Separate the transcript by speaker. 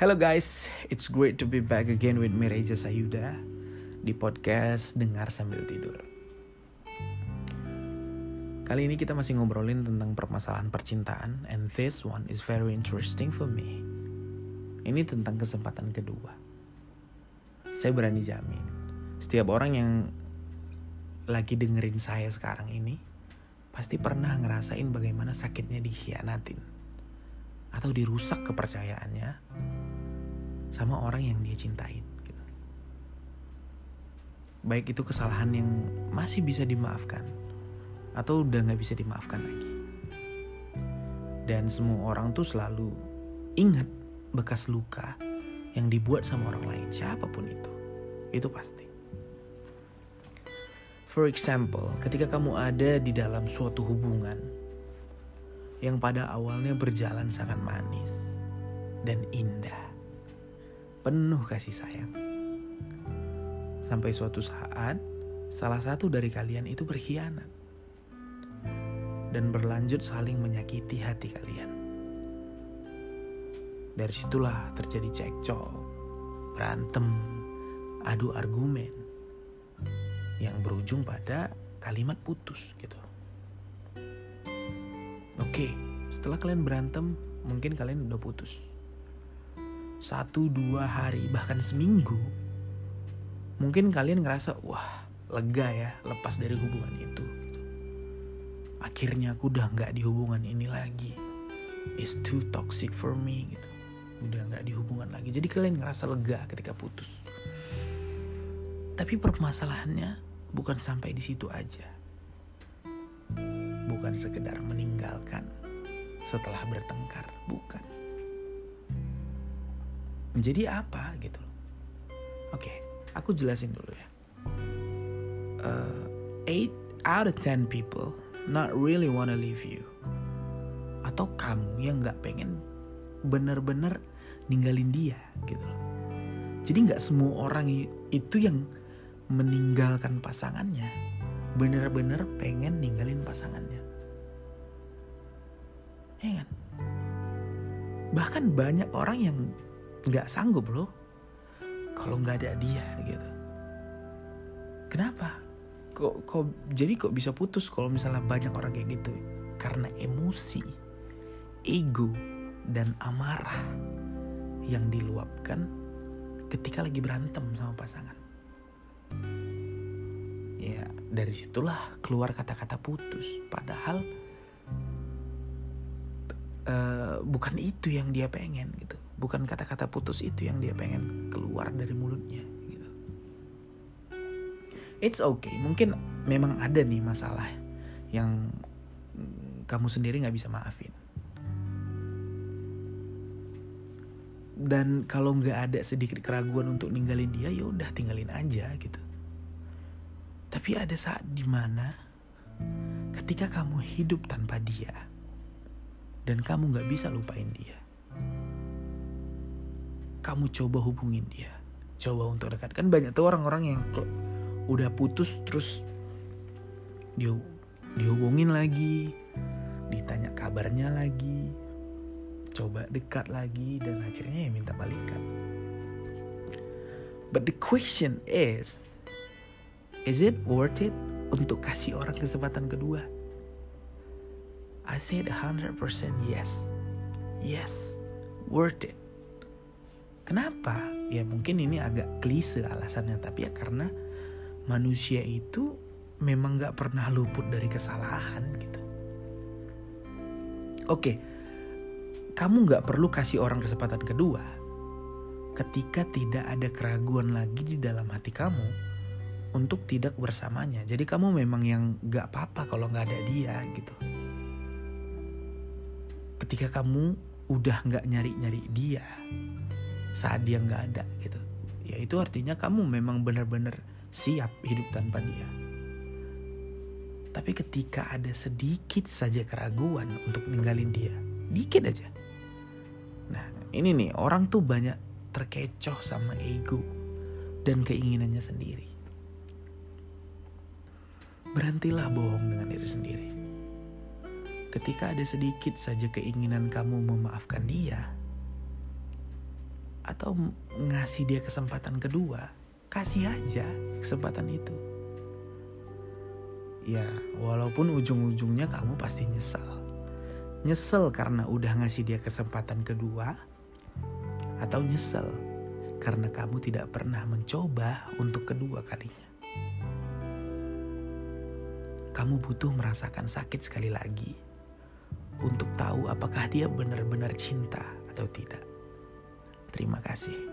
Speaker 1: Hello guys, it's great to be back again with me Reza Sayuda di podcast Dengar Sambil Tidur. Kali ini kita masih ngobrolin tentang permasalahan percintaan, and this one is very interesting for me. Ini tentang kesempatan kedua. Saya berani jamin, setiap orang yang lagi dengerin saya sekarang ini pasti pernah ngerasain bagaimana sakitnya dikhianatin atau dirusak kepercayaannya sama orang yang dia cintain gitu. Baik itu kesalahan yang masih bisa dimaafkan atau udah gak bisa dimaafkan lagi. Dan semua orang tuh selalu ingat bekas luka yang dibuat sama orang lain, siapapun itu pasti. For example, ketika kamu ada di dalam suatu hubungan yang pada awalnya berjalan sangat manis dan indah, penuh kasih sayang. Sampai suatu saat, salah satu dari kalian itu berkhianat dan berlanjut saling menyakiti hati kalian. Dari situlah terjadi cekcok, berantem, adu argumen yang berujung pada kalimat putus gitu. Oke, setelah kalian berantem, mungkin kalian udah putus 1-2 hari, bahkan seminggu. Mungkin kalian ngerasa, wah lega ya lepas dari hubungan itu gitu. Akhirnya aku udah gak di hubungan ini lagi, it's too toxic for me gitu. Udah gak di hubungan lagi. Jadi kalian ngerasa lega ketika putus. Tapi permasalahannya bukan sampai di situ aja. Bukan sekedar meninggalkan setelah bertengkar, bukan. Jadi apa gitu loh. Oke, aku jelasin dulu ya. 8 out of 10 people not really wanna leave you. Atau kamu yang gak pengen bener-bener ninggalin dia gitu loh. Jadi gak semua orang itu yang meninggalkan pasangannya bener-bener pengen ninggalin pasangannya. Ya kan? Bahkan banyak orang yang gak sanggup loh kalau gak ada dia gitu. Kenapa? Kok bisa putus kalau misalnya banyak orang kayak gitu? Karena emosi, ego, dan amarah yang diluapkan ketika lagi berantem sama pasangan. Ya dari situlah keluar kata-kata putus. Padahal bukan itu yang dia pengen gitu. Bukan kata-kata putus itu yang dia pengen keluar dari mulutnya gitu. It's okay. Mungkin memang ada nih masalah yang kamu sendiri gak bisa maafin. Dan kalau gak ada sedikit keraguan untuk ninggalin dia, ya udah tinggalin aja gitu. Tapi ada saat dimana ketika kamu hidup tanpa dia dan kamu gak bisa lupain dia, kamu coba hubungin dia, coba untuk dekat. Kan banyak tuh orang-orang yang udah putus terus dihubungin lagi, ditanya kabarnya lagi, coba dekat lagi, dan akhirnya ya minta balikan. But the question is it worth it untuk kasih orang kesempatan kedua? I said 100% yes. Yes, worth it. Kenapa? Ya mungkin ini agak klise alasannya, tapi ya karena manusia itu memang gak pernah luput dari kesalahan gitu. Oke, kamu gak perlu kasih orang kesempatan kedua ketika tidak ada keraguan lagi di dalam hati kamu untuk tidak bersamanya. Jadi kamu memang yang gak apa-apa kalau gak ada dia gitu. Ketika kamu udah gak nyari-nyari dia saat dia gak ada gitu, ya itu artinya kamu memang benar-benar siap hidup tanpa dia. Tapi ketika ada sedikit saja keraguan untuk ninggalin dia, dikit aja. Nah ini nih, orang tuh banyak terkecoh sama ego dan keinginannya sendiri. Berhentilah bohong dengan diri sendiri. Ketika ada sedikit saja keinginan kamu memaafkan dia, atau ngasih dia kesempatan kedua, kasih aja kesempatan itu. Ya, walaupun ujung-ujungnya kamu pasti nyesel. Nyesel karena udah ngasih dia kesempatan kedua, atau nyesel karena kamu tidak pernah mencoba untuk kedua kalinya. Kamu butuh merasakan sakit sekali lagi untuk tahu apakah dia benar-benar cinta atau tidak. Terima kasih.